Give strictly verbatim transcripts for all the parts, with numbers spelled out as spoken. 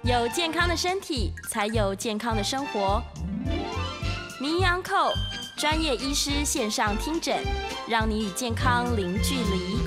有健康的身体，才有健康的生活。名医昂扣专业医师线上听诊，让你与健康零距离。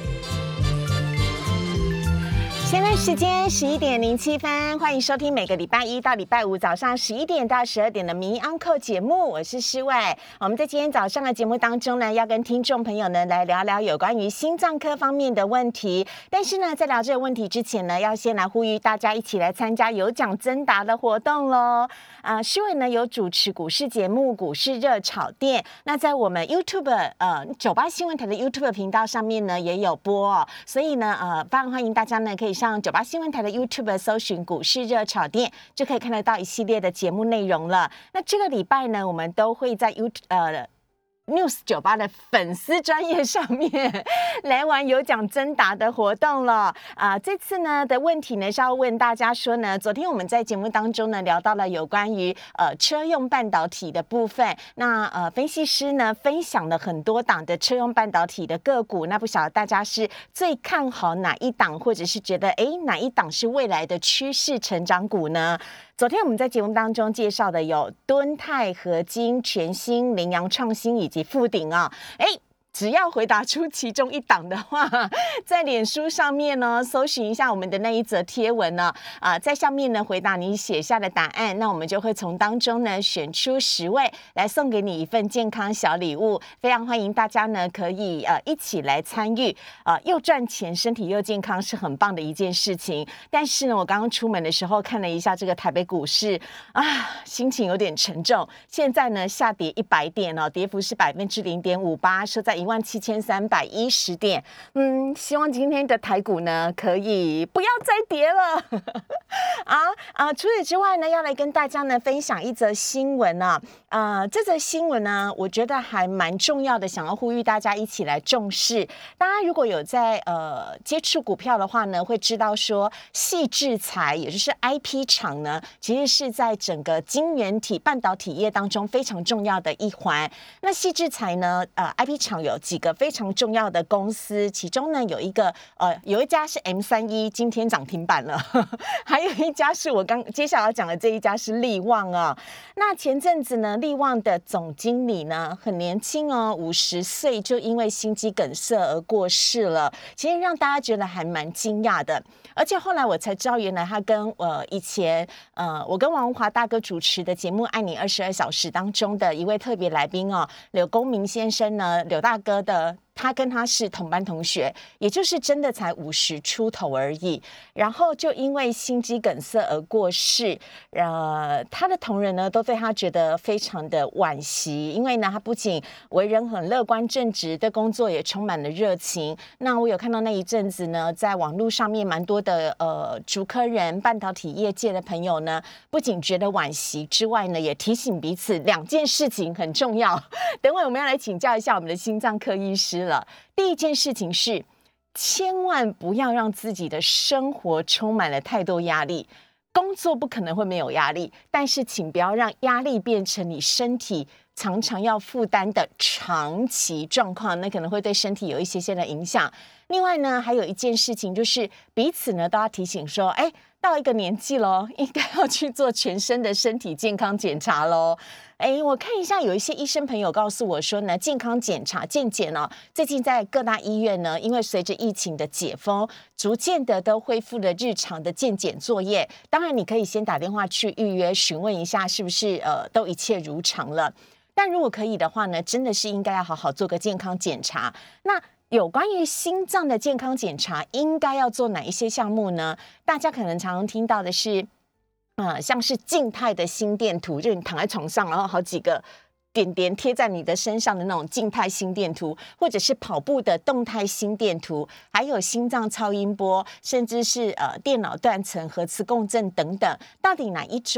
现在时间十一点零七分，欢迎收听每个礼拜一到礼拜五早上十一点到十二点的名医昂扣节目，我是诗伟。我们在今天早上的节目当中呢，要跟听众朋友呢来聊聊有关于心脏科方面的问题。但是呢，在聊这个问题之前呢，要先来呼吁大家一起来参加有奖征答的活动喽。啊，诗伟呢有主持股市节目《股市热炒店》，那在我们 YouTube 呃九八新闻台的 YouTube 频道上面呢也有播哦，所以呢呃非常欢迎大家呢可以上九八新闻台的 YouTube 搜寻股市热炒店，就可以看得到一系列的节目内容了。那这个礼拜呢，我们都会在 YouTube 呃 News 九八的粉丝专页上面来玩有奖征答的活动了啊、呃！这次呢的问题呢是要问大家说呢，昨天我们在节目当中呢聊到了有关于呃车用半导体的部分，那呃分析师呢分享了很多档的车用半导体的个股，那不晓得大家是最看好哪一档，或者是觉得哎哪一档是未来的趋势成长股呢？昨天我们在节目当中介绍的有敦泰、合金、全新、羚羊创新以及富鼎啊，哎。只要回答出其中一档的话，在脸书上面呢搜寻一下我们的那一则贴文呢，啊、呃，在上面呢回答你写下的答案，那我们就会从当中呢选出十位来送给你一份健康小礼物，非常欢迎大家呢可以呃一起来参与，呃又赚钱，身体又健康是很棒的一件事情。但是呢，我刚刚出门的时候看了一下这个台北股市啊，心情有点沉重，现在呢下跌一百点哦，跌幅是百分之零点五八，收在一万七千三百一十点，嗯，希望今天的台股呢可以不要再跌了啊啊！除此之外呢，要来跟大家呢分享一则新闻啊，啊，这则新闻呢，我觉得还蛮重要的，想要呼吁大家一起来重视。大家如果有在呃接触股票的话呢，会知道说矽智财，也就是 I P 厂呢，其实是在整个晶圆体半导体业当中非常重要的一环。那矽智财呢，呃 I P 厂有几个非常重要的公司，其中呢有一个呃有一家是 M 三一， 今天涨停板了，呵呵，还有一家是我刚接下来要讲的这一家是力旺啊、哦。那前阵子呢，力旺的总经理呢很年轻哦，五十岁就因为心肌梗塞而过世了，其实让大家觉得还蛮惊讶的。而且后来我才知道，原来他跟呃以前呃我跟王文华大哥主持的节目《爱你二十二小时》当中的一位特别来宾哦，柳公明先生呢，柳大哥的。他跟他是同班同学，也就是真的才五十出头而已，然后就因为心肌梗塞而过世。呃，他的同仁呢都对他觉得非常的惋惜，因为呢他不仅为人很乐观正直，对工作也充满了热情。那我有看到那一阵子呢，在网络上面蛮多的呃竹科人、半导体业界的朋友呢，不仅觉得惋惜之外呢，也提醒彼此两件事情很重要。等会我们要来请教一下我们的心脏科医师。第一件事情是，千万不要让自己的生活充满了太多压力。工作不可能会没有压力，但是请不要让压力变成你身体常常要负担的长期状况，那可能会对身体有一些些的影响。另外呢，还有一件事情就是彼此呢都要提醒说，哎，到一个年纪咯，应该要去做全身的身体健康检查咯。哎，我看一下，有一些医生朋友告诉我说呢，健康检查健检哦，最近在各大医院呢，因为随着疫情的解封，逐渐的都恢复了日常的健检作业。当然，你可以先打电话去预约询问一下，是不是呃都一切如常了。但如果可以的话呢，真的是应该要好好做个健康检查。那有关于心脏的健康检查，应该要做哪一些项目呢？大家可能常常听到的是。呃，像是静态的心电图，就是你躺在床上，然后好几个点点贴在你的身上的那种静态心电图，或者是跑步的动态心电图，还有心脏超音波，甚至是呃电脑断层、核磁共振等等，到底哪一种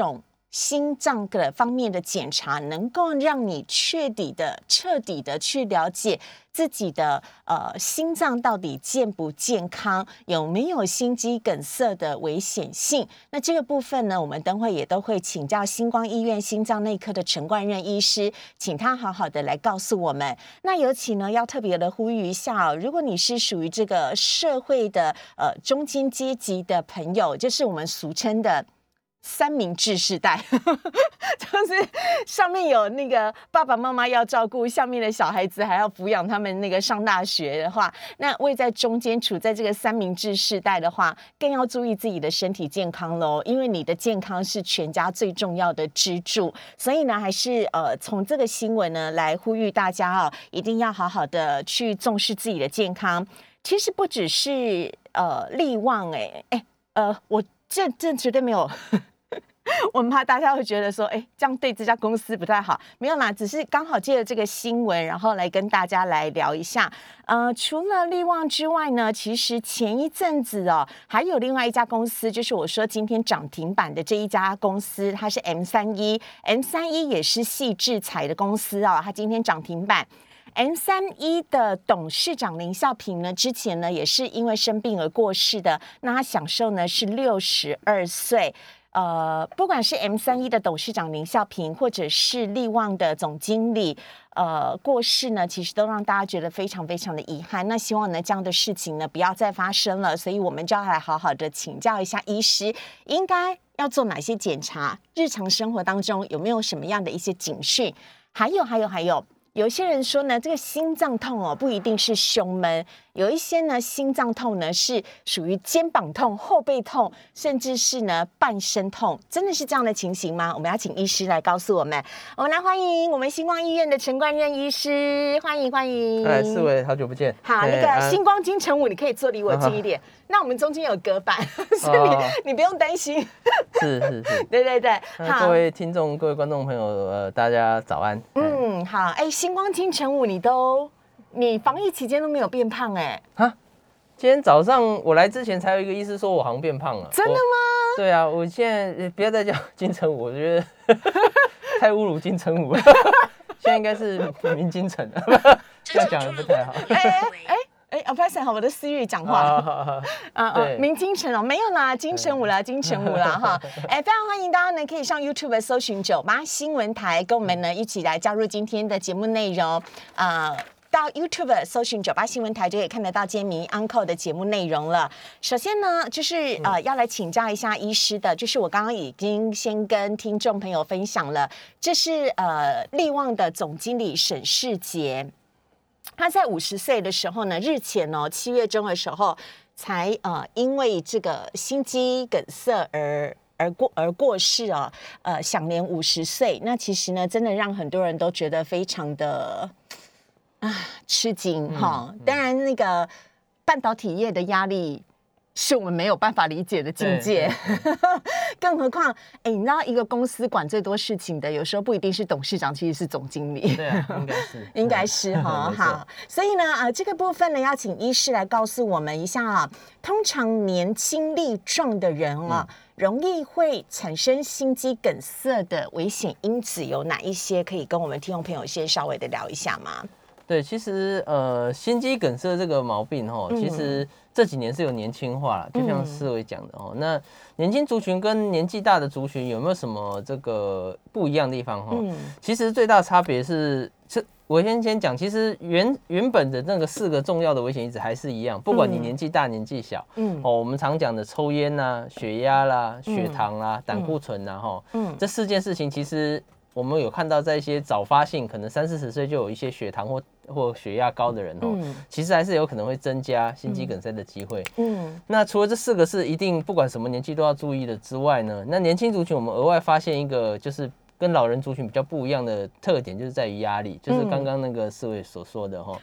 心脏的方面的检查，能够让你确底的、彻底的去了解自己的呃心脏到底健不健康，有没有心肌梗塞的危险性。那这个部分呢，我们等会也都会请教星光医院心脏内科的陈冠任医师，请他好好的来告诉我们。那尤其呢，要特别的呼吁一下哦，如果你是属于这个社会的呃中间阶级的朋友，就是我们俗称的三明治世代，就是上面有那个爸爸妈妈要照顾，下面的小孩子还要抚养他们那个上大学的话，那位在中间处在这个三明治世代的话，更要注意自己的身体健康咯，因为你的健康是全家最重要的支柱。所以呢，还是呃从这个新闻呢来呼吁大家哦，一定要好好的去重视自己的健康。其实不只是呃力旺哎哎呃我这这绝对没有。我们怕大家会觉得说，哎，这样对这家公司不太好。没有啦，只是刚好借着这个新闻，然后来跟大家来聊一下。呃，除了力旺之外呢，其实前一阵子哦，还有另外一家公司，就是我说今天涨停板的这一家公司，它是 M 三一 ，M 三一也是矽智财的公司哦，它今天涨停板。M 三一 的董事长林孝平呢，之前呢也是因为生病而过世的，那他享受呢是六十二岁。呃，不管是 M 三一 的董事长林孝平，或者是力旺的总经理，呃，过世呢，其实都让大家觉得非常非常的遗憾。那希望呢，这样的事情呢不要再发生了，所以我们就要来好好的请教一下医师，应该要做哪些检查？日常生活当中有没有什么样的一些警讯？还有，还有，还有。有些人说呢，这个心脏痛哦，不一定是胸闷，有一些呢心脏痛呢是属于肩膀痛、后背痛，甚至是呢半身痛，真的是这样的情形吗？我们要请医师来告诉我们。我们来欢迎我们星光医院的陈冠任医师，欢迎欢迎。 哎，四位好久不见。 好，那个星光金城武，你可以坐离我近一点。那我们中间有隔板，所以你、哦、你不用担心。 是是是， 对对对。 好，各位听众、各位观众朋友，呃，大家早安。 嗯，好，哎，星光金城武，你都你防疫期间都没有变胖哎、欸？ 哈，今天早上我来之前才有一个医师说我好像变胖了。 真的吗？ 对啊，我现在不要再叫金城武，我觉得太侮辱金城武了。现在应该是明金城了，这样讲的不太好。 哎哎。哎，啊，不好意思，我的思域讲话啊啊，明金城哦，没有啦，金城武啦，金城武啦哈，哎，非常欢迎大家呢，可以上 YouTube 搜寻九八新闻台，跟我们呢一起来加入今天的节目内容啊。呃到 YouTube 搜寻九八新闻台就可以看得到今天迷 Uncle 的节目内容了。首先呢，就是呃要来请教一下医师的，就是我刚刚已经先跟听众朋友分享了，这是呃力旺的总经理沈世杰。他在五十岁的时候呢，日前哦，七月中的时候，才呃因为这个心肌梗塞而而过而过世哦，呃，享年五十岁。那其实呢，真的让很多人都觉得非常的啊吃惊哈、嗯嗯。当然，那个半导体业的压力是我们没有办法理解的境界，更何况，哎，你知道一个公司管最多事情的，有时候不一定是董事长，其实是总经理。 对啊，应该是， 应该是哈。好，所以呢，呃，这个部分呢，要请医师来告诉我们一下啊。通常年轻力壮的人啊，嗯、容易会产生心肌梗塞的危险因子有哪一些？可以跟我们听众朋友先稍微的聊一下吗？ 对，其实呃，心肌梗塞这个毛病哈，其实这几年是有年轻化了，就像思维讲的哦。那年轻族群跟年纪大的族群有没有什么这个不一样的地方哈？嗯、其实最大的差别是，是我先先讲，其实原原本的那个四个重要的危险因子还是一样，不管你年纪大年纪小，嗯哦，我们常讲的抽烟啦、血压啦、血糖啦、胆固醇啦，哈，嗯，这四件事情其实。我们有看到，在一些早发性，可能三四十岁就有一些血糖或或血压高的人哦，嗯、其实还是有可能会增加心肌梗塞的机会。嗯，那除了这四个是一定不管什么年纪都要注意的之外呢，那年轻族群我们额外发现一个就是跟老人族群比较不一样的特点，就是在于压力，就是刚刚那个四位所说的哈。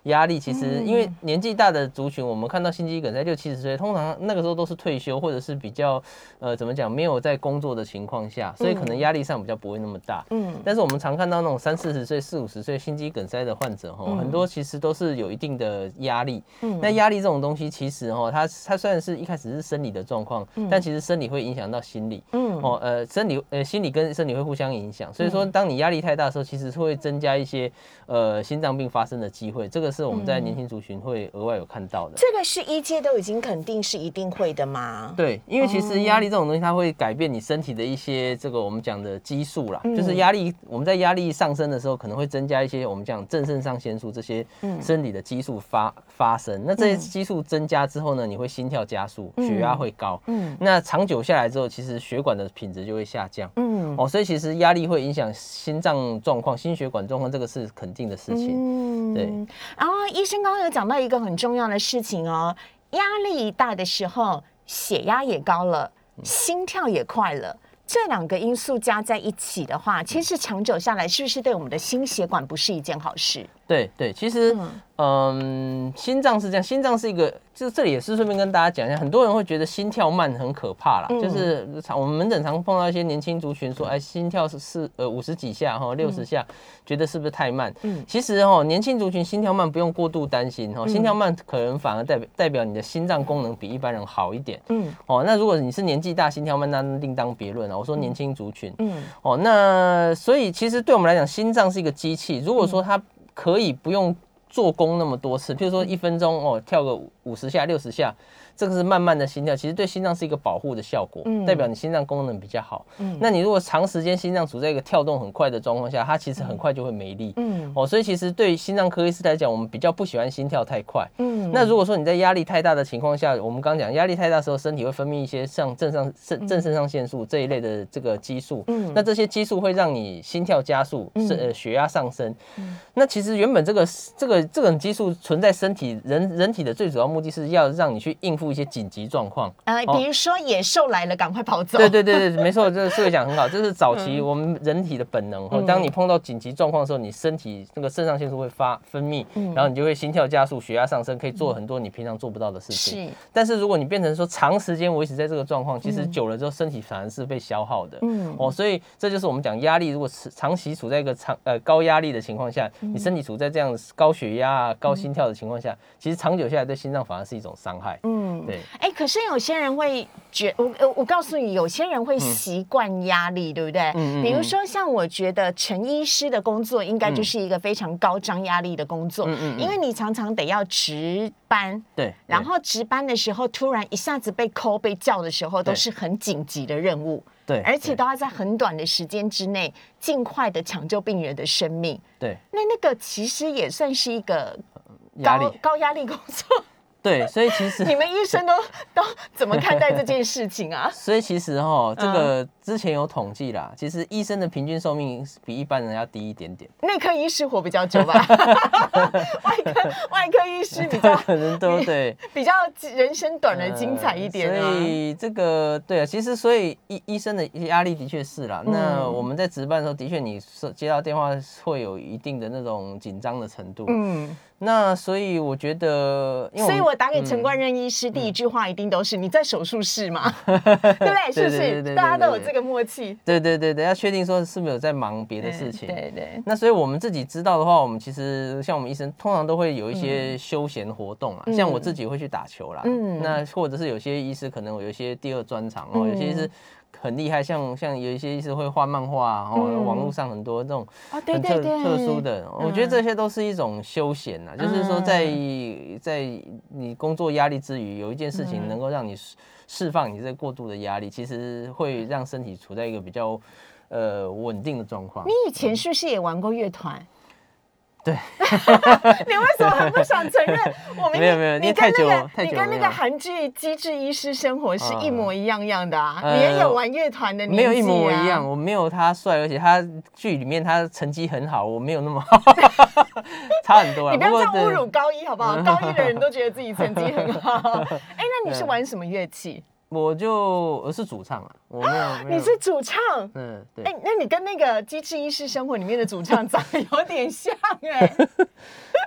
压力，其实因为年纪大的族群，我们看到心肌梗塞六七十岁，通常那个时候都是退休或者是比较呃怎么讲没有在工作的情况下，所以可能压力上比较不会那么大。嗯，但是我们常看到那种三四十岁、四五十岁心肌梗塞的患者哈，很多其实都是有一定的压力。嗯，那压力这种东西，其实哈，它它虽然是一开始是生理的状况，但其实生理会影响到心理。嗯，哦呃，生理呃心理跟生理会互相影响，所以说当你压力太大的时候，其实会增加一些呃心脏病发生的机会。这个是我们在年轻族群会额外有看到的。 这个是医界都已经肯定是一定会的吗？ 对，因为其实压力这种东西，它会改变你身体的一些这个我们讲的激素啦，嗯、就是压力我们在压力上升的时候，可能会增加一些我们讲正肾上腺素这些生理的激素发发生。那这些激素增加之后呢，你会心跳加速，血压会高。嗯，那长久下来之后，其实血管的品质就会下降。嗯，哦，所以其实压力会影响心脏状况、心血管状况，这个是肯定的事情。嗯，对。 然后医生刚刚有讲到一个很重要的事情哦，压力大的时候，血压也高了，心跳也快了。这两个因素加在一起的话，其实长久下来，是不是对我们的心血管不是一件好事？ 对对，其实嗯、呃，心脏是这样，心脏是一个，就这里也是顺便跟大家讲一下，很多人会觉得心跳慢很可怕啦，嗯、就是我们门诊常碰到一些年轻族群说，哎，心跳是四呃五十几下哈，六十下，嗯、觉得是不是太慢？嗯，其实哈，年轻族群心跳慢不用过度担心哈，心跳慢可能反而代表代表你的心脏功能比一般人好一点。嗯，哦，那如果你是年纪大心跳慢，那另当别论啊。我说年轻族群，嗯，哦，那所以其实对我们来讲，心脏是一个机器，如果说它可以不用做功那么多次，譬如说一分钟哦跳个五十下、六十下，这个是慢慢的心跳，其实对心脏是一个保护的效果，嗯、代表你心脏功能比较好。嗯、那你如果长时间心脏处在一个跳动很快的状况下，它其实很快就会没力。嗯、哦，所以其实对心脏科医师来讲，我们比较不喜欢心跳太快。嗯、那如果说你在压力太大的情况下，我们刚讲压力太大的时候，身体会分泌一些像正上正正肾上腺素这一类的这个激素。嗯、那这些激素会让你心跳加速，嗯、呃血压上升。嗯、那其实原本这个这个这种激素存在身体人人体的最主要目的是要让你去应付一些紧急状况， 呃，比如说野兽来了，赶快跑走。 对对对对，没错，这个思维讲很好，这是早期我们人体的本能。嗯、当你碰到紧急状况的时候，你身体那个肾上腺素会发分泌，嗯、然后你就会心跳加速、血压上升，可以做很多你平常做不到的事情。是，但是如果你变成说长时间维持在这个状况，其实久了之后，身体反而是被消耗的。嗯，哦，所以这就是我们讲压力，如果长期处在一个长呃高压力的情况下，你身体处在这样高血压啊、高心跳的情况下，其实长久下来对心脏反而是一种伤害。嗯，对。 哎、欸，可是有些人会觉，我我告诉你，有些人会习惯压力，嗯、对不对？嗯嗯。比如说，像我觉得陈医师的工作应该就是一个非常高张压力的工作，嗯嗯，因为你常常得要值班， 对， 然后值班的时候突然一下子被 call 被叫的时候，都是很紧急的任务， 对， 而且都要在很短的时间之内尽快的抢救病人的生命， 对。 那那个其实也算是一个高高压力工作。 对，所以其实你们医生都都怎么看待这件事情啊？ 所以其实哈，这个之前有统计啦，其实医生的平均寿命比一般人要低一点点。 内科医师活比较久吧，外科外科医师比较可能都对， 比较人生短而精彩一点、啊呃。所以这个对啊，其实所以医医生的压力的确是啦。嗯、那我们在值班的时候，的确你接到电话会有一定的那种紧张的程度。嗯。那所以我觉得， 所以我打给陈冠任医师，第一句话一定都是你在手术室吗？对不对？是不是？大家都有这个默契。 对对对对，要确定说是不是有在忙别的事情。 对对。 那所以我们自己知道的话，我们其实像我们医生通常都会有一些休闲活动啊，像我自己会去打球啦。嗯。那或者是有些医师可能有一些第二专长哦，有些是。很厉害，像像有一些医师会画漫画，然后网络上很多这种很特特殊的，我觉得这些都是一种休闲呐，就是说在在你工作压力之余，有一件事情能够让你释放你这过度的压力，其实会让身体处在一个比较呃稳定的状况。 你以前是不是也玩过乐团？ 对， 你为什么很不想承认？我们没有没有， 你太久太久，你跟那个韩剧《机智医师生活》是一模一样样的啊！呃、你也有玩乐团的年纪、啊， 没有一模一样，我没有他帅，而且他剧里面他成绩很好，我没有那么好，差很多啊！ 你不要这样侮辱高一好不好？高一的人都觉得自己成绩很好。哎，那你是玩什么乐器？ 我就我是主唱啊，我没有。没有你是主唱？ 嗯，对。 哎、欸，那你跟那个《机智医师生活》里面的主唱长得有点像哎、欸。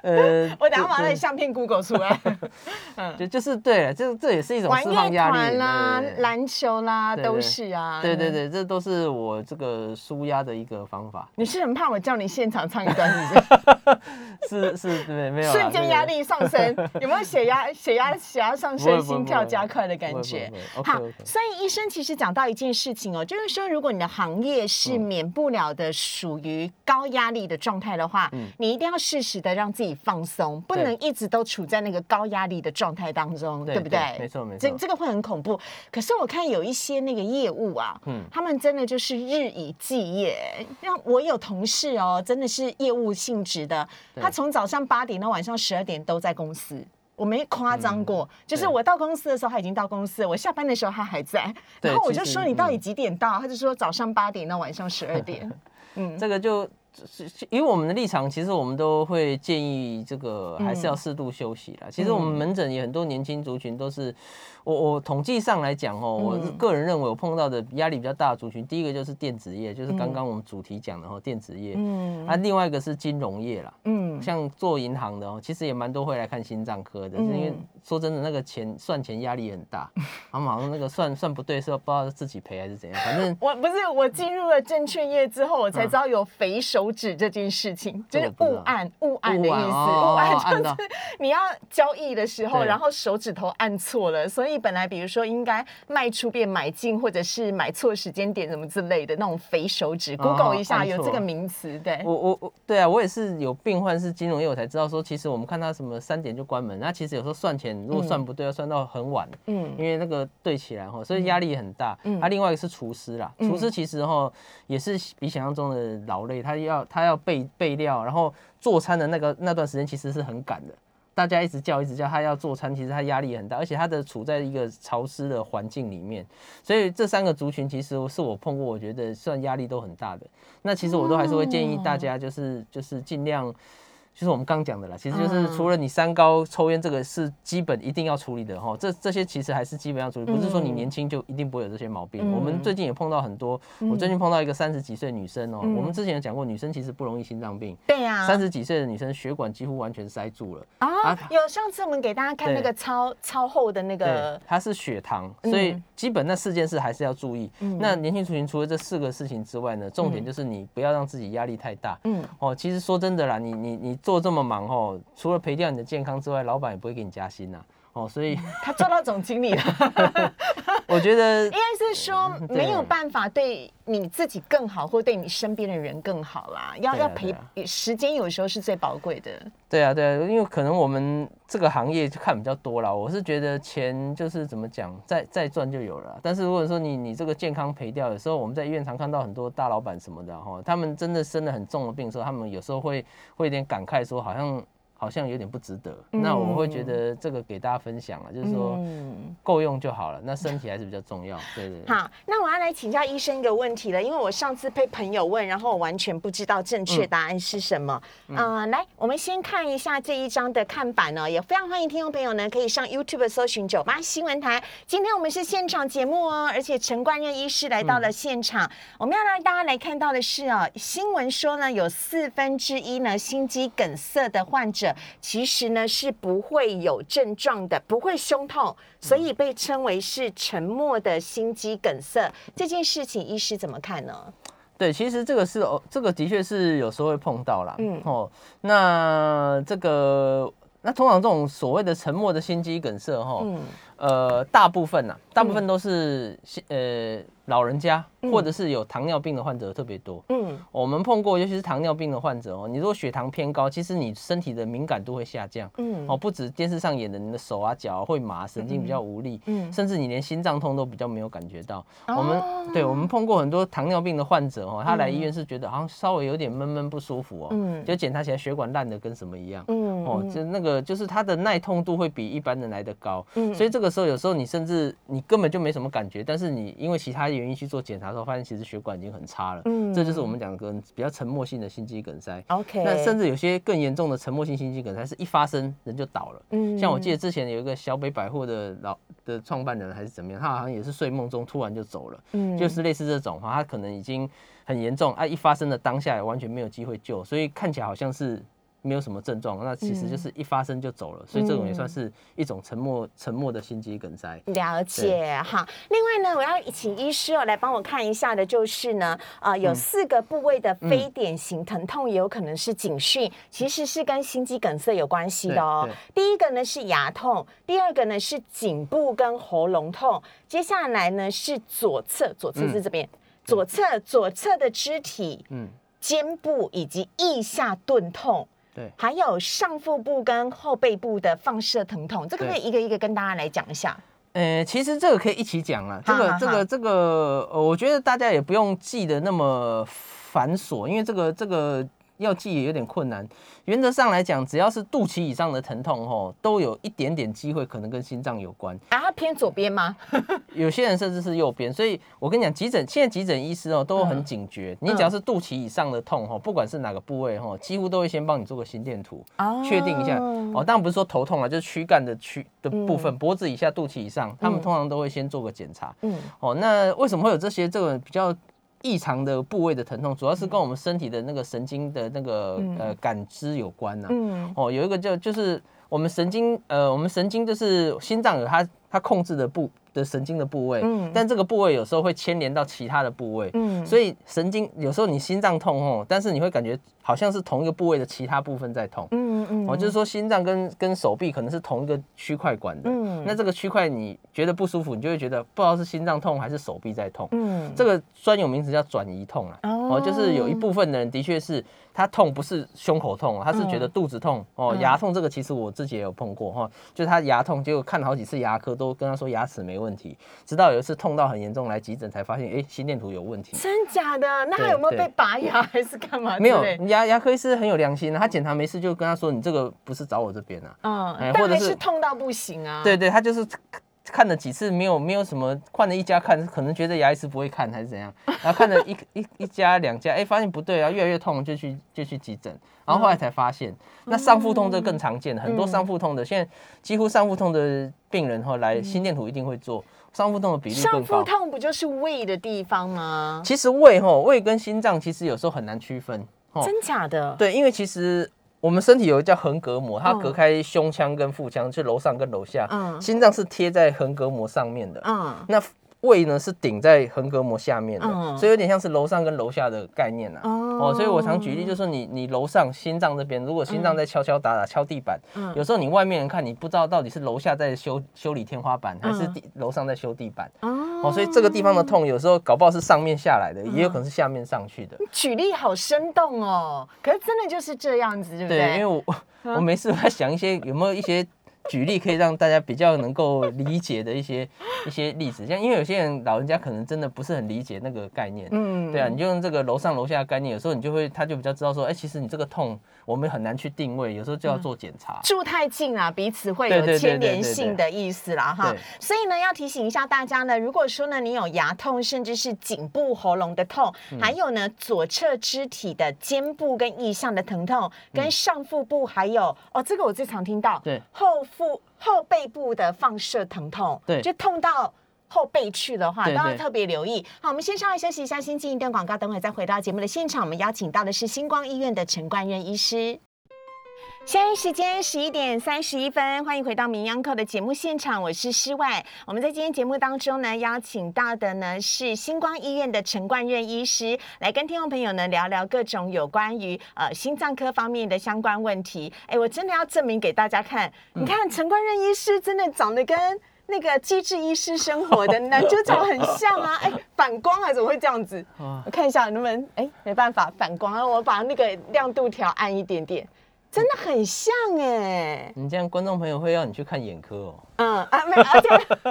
呃，我等下把那个相片 Google 出来。 嗯，就就是对，这这也是一种释放压力。玩乐团啦、 篮球啦，都是啊。 对对对，这都是我这个舒压的一个方法。 你是很怕我叫你现场唱一段，是不是？是是，对，没有。 瞬间压力上升，有没有血压血压血压上升，心跳加快的感觉？好，所以医生其实讲到一件事情哦，就是说，如果你的行业是免不了的属于高压力的状态的话，嗯、你一定要适时的让自己放松，不能一直都处在那个高压力的状态当中， 对, 对不对？ 没错没错， 这这个会很恐怖。可是我看有一些那个业务啊，嗯，他们真的就是日以继夜。让我有同事哦，真的是业务性质的，他从早上八点到晚上十二点都在公司。我没夸张过、嗯，就是我到公司的时候他已经到公司了，我下班的时候他还在，然后我就说你到底几点到？他就说早上八点到晚上十二点。嗯， 这个就以我们的立场，其实我们都会建议这个还是要适度休息啦。嗯、其实我们门诊也很多年轻族群都是，我我统计上来讲哦，我个人认为我碰到的压力比较大的族群，第一个就是电子业，就是刚刚我们主题讲的哦，电子业，嗯，啊，另外一个是金融业啦，嗯，像做银行的哦，其实也蛮多会来看心脏科的，嗯、因为说真的，那个钱算钱压力很大，他们好像那个算算不对，是不知道自己赔还是怎样，反正我不是我进入了证券业之后，我才知道有肥手指这件事情，嗯、就是误按误按的意思，误按、哦、就是你要交易的时候，然后手指头按错了，所以本来比如说应该卖出变买进，或者是买错时间点什么之类的那种肥手指、哦、，Google 一下有这个名词，对， 我我我对啊，我也是有病患是金融业，我才知道说，其实我们看他什么三点就关门，那其实有时候算钱如果算不对，要算到很晚，嗯，因为那个对起来哈，所以压力很大。嗯，啊，另外一个是厨师啦，厨师其实哈也是比想象中的劳累，他要他要备备料，然后做餐的那个那段时间其实是很赶的。大家一直叫一直叫他要做餐，其实他压力也很大，而且他的处在一个潮湿的环境里面，所以这三个族群其实是我碰过，我觉得算压力都很大的。那其实我都还是会建议大家，就是就是尽量。就是我们刚讲的啦，其实就是除了你三高抽烟这个是基本一定要处理的哈，这这些其实还是基本要处理，不是说你年轻就一定不会有这些毛病。嗯、我们最近也碰到很多，我最近碰到一个三十几岁的女生哦、喔，嗯、我们之前有讲过，女生其实不容易心脏病， 对呀、啊， 三十几岁的女生血管几乎完全塞住了啊。啊有上次我们给大家看那个超超厚的那个， 它是血糖，所以基本那四件事还是要注意。嗯、那年轻族群除了这四个事情之外呢，重点就是你不要让自己压力太大。嗯，哦，其实说真的啦，你你你做这么忙哦。除了赔掉你的健康之外，老板也不会给你加薪呐、啊。哦，所以他做到总经理了。 我觉得应该是说没有办法对你自己更好，或对你身边的人更好啦。要、啊、要陪、啊、时间，有时候是最宝贵的。 对啊，对啊，因为可能我们这个行业就看比较多啦。我是觉得钱就是怎么讲，再再赚就有了。但是如果说你你这个健康赔掉，有时候我们在医院常看到很多大老板什么的哈，他们真的生了很重的病的时候，他们有时候会会有点感慨说，好像。好像有点不值得，嗯、那我会觉得这个给大家分享了，就是说够用就好了，那身体还是比较重要。对对对。 好，那我要来请教医生一个问题了，因为我上次被朋友问，然后我完全不知道正确答案是什么。嗯、呃，来，我们先看一下这一张的看板呢，也非常欢迎听众朋友呢可以上 YouTube 搜寻九八新闻台。今天我们是现场节目哦，而且陈冠任医师来到了现场，嗯、我们要让大家来看到的是哦，新闻说呢，有四分之一呢心肌梗塞的患者其实呢是不会有症状的，不会胸痛，所以被称为是沉默的心肌梗塞。这件事情，医师怎么看呢？ 对，其实这个是哦，这个的确是有时候会碰到啦。嗯，哦，那这个那通常这种所谓的沉默的心肌梗塞，哈、嗯，呃，大部分呐、啊，大部分都是、嗯、呃。老人家或者是有糖尿病的患者特别多，嗯，我们碰过，尤其是糖尿病的患者哦，你如果血糖偏高，其实你身体的敏感度会下降，嗯，哦，不止电视上演的，你的手啊脚会麻，神经比较无力，嗯，甚至你连心脏痛都比较没有感觉到。哦、我们对我们碰过很多糖尿病的患者哦，他来医院是觉得好像稍微有点闷闷不舒服哦，嗯，就检查起来血管烂的跟什么一样，嗯，哦，就那个就是他的耐痛度会比一般人来得高，嗯，所以这个时候有时候你甚至你根本就没什么感觉，但是你因为其他原因去做检查的时候，发现其实血管已经很差了。嗯，这就是我们讲的比较沉默性的心肌梗塞。OK， 那甚至有些更严重的沉默性心肌梗塞是一发生人就倒了。嗯，像我记得之前有一个小北百货的老的创办人还是怎么样，他好像也是睡梦中突然就走了。嗯，就是类似这种哈，他可能已经很严重啊，一发生的当下完全没有机会救，所以看起来好像是没有什么症状，那其实就是一发生就走了，嗯、所以这种也算是一种沉默沉默的心肌梗塞。 了解哈。另外呢，我要请医师哦来帮我看一下的，就是呢，呃，有四个部位的非典型疼痛，也有可能是警讯，嗯、其实是跟心肌梗塞有关系的哦。第一个呢是牙痛，第二个呢是颈部跟喉咙痛，接下来呢是左侧，左侧是这边，嗯、左侧左侧的肢体，嗯。肩部以及腋下钝痛，对，还有上腹部跟后背部的放射疼痛，这个可以一个一个跟大家来讲一下。 呃，其实这个可以一起讲啊，这个这个这个，呃，我觉得大家也不用记得那么繁琐，因为这个这个要记也有点困难。原则上来讲，只要是肚脐以上的疼痛吼，都有一点点机会可能跟心脏有关。 啊，它偏左边吗？ 有些人甚至是右边，所以我跟你讲，急诊现在急诊医师哦都很警觉，嗯、你只要是肚脐以上的痛吼，不管是哪个部位吼，几乎都会先帮你做个心电图，确、哦、定一下哦。当然不是说头痛啊，就是躯干的躯的部分，嗯、脖子以下、肚脐以上，他们通常都会先做个检查。嗯，哦，那为什么会有这些这个比较异常的部位的疼痛，主要是跟我们身体的那个神经的那个、嗯、呃感知有关呐、啊。嗯，哦，有一个叫就是我们神经呃，我们神经就是心脏有它它控制的部的神经的部位，嗯，但这个部位有时候会牵连到其他的部位，嗯，所以神经有时候你心脏痛哦，但是你会感觉好像是同一个部位的其他部分在痛，嗯嗯，哦，就是说心脏跟跟手臂可能是同一个区块管的，嗯，那这个区块你觉得不舒服，你就会觉得不知道是心脏痛还是手臂在痛，嗯，这个专有名词叫转移痛啊，哦，就是有一部分的人的确是他痛不是胸口痛，他是觉得肚子痛，哦，牙痛这个其实我自己也有碰过哈，就是他牙痛，结果看了好几次牙科都跟他说牙齿没问题，直到有一次痛到很严重来急诊才发现，哎，心电图有问题。 真假的？那他有没有被拔牙还是干嘛？ 没有，牙牙科医师很有良心，他检查没事就跟他说，你这个不是找我这边啊， 嗯，欸、但还是痛到不行啊。 对对，他就是看了几次没有没有什么，换了一家看，可能觉得牙医师不会看还是怎样，然后看了一一一家两家，哎、欸，发现不对啊，越来越痛，就去就去急诊，然后后来才发现，嗯、那上腹痛这更常见，很多上腹痛的，现在几乎上腹痛的病人后来心电图一定会做。上腹痛的比例更高。 上腹痛不就是胃的地方吗？ 其实胃吼，胃跟心脏其实有时候很难区分。 真假的？ 对，因为其实我们身体有一个叫横膈膜，它隔开胸腔跟腹腔，就楼上跟楼下。嗯。心脏是贴在横膈膜上面的。嗯。那胃呢是顶在横膈膜下面的，嗯、所以有点像是楼上跟楼下的概念啊。哦。哦，所以我常举例，就是说你你楼上心脏这边，如果心脏在敲敲打打敲地板，嗯、有时候你外面人看你不知道到底是楼下在修修理天花板，还是地楼上在修地板。哦。哦，所以这个地方的痛有时候搞不好是上面下来的，嗯、也有可能是下面上去的。 举例好生动哦，可是真的就是这样子，对不对？ 对，因为我、嗯、我每次在想一些有没有一些。举例可以让大家比较能够理解的一些一些例子，像因为有些人老人家可能真的不是很理解那个概念，嗯，对啊，你就用这个楼上楼下的概念，有时候你就会他就比较知道说，哎、欸，其实你这个痛我们很难去定位，有时候就要做检查。 嗯、住太近啊，彼此会有牵连性的意思啦，哈。所以呢，要提醒一下大家呢，如果说呢你有牙痛，甚至是颈部、喉咙的痛，嗯、还有呢左侧肢体的肩部跟腋下的疼痛，跟上腹部还有哦，这个我最常听到，对后。腹后背部的放射疼痛，对，就痛到后背去的话，都要特别留意。好，我们先稍微休息一下，先进一段广告，等会再回到节目的现场。我们邀请到的是星光医院的陈冠任医师。现在时间十一点三十一分，欢迎回到名医央叩的节目现场，我是诗外。我们在今天节目当中呢，邀请到的呢是星光医院的陈冠任医师，来跟听众朋友呢聊聊各种有关于呃心脏科方面的相关问题。哎，我真的要证明给大家看，你看陈冠任医师真的长得跟那个《机智医师生活》的男主角很像啊！哎，反光啊，怎么会这样子？我看一下能不能，哎，没办法，反光啊，我把那个亮度调暗一点点。真的很像哎、欸！ 你这样观众朋友会要你去看眼科哦。 嗯啊，没有，而且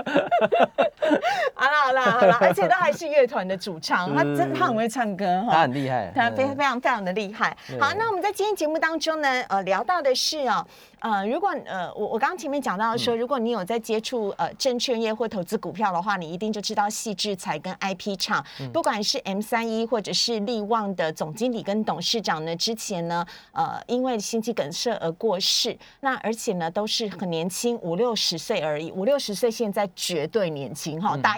好啦好啦好啦，而且他还是乐团的主唱，他真他很会唱歌哈， 他很厉害， 他非非常非常的厉害。好，那我们在今天节目当中呢，呃，聊到的是哦，呃，如果呃我我刚刚前面讲到说，如果你有在接触呃证券业或投资股票的话，你一定就知道矽智财跟 I P 厂，嗯、不管是 M 三一或者是力旺的总经理跟董事长呢，之前呢，呃，因为心肌梗塞而过世，那而且呢都是很年轻，五六十岁而已，五六十岁现在绝对年轻哈，打疫苗的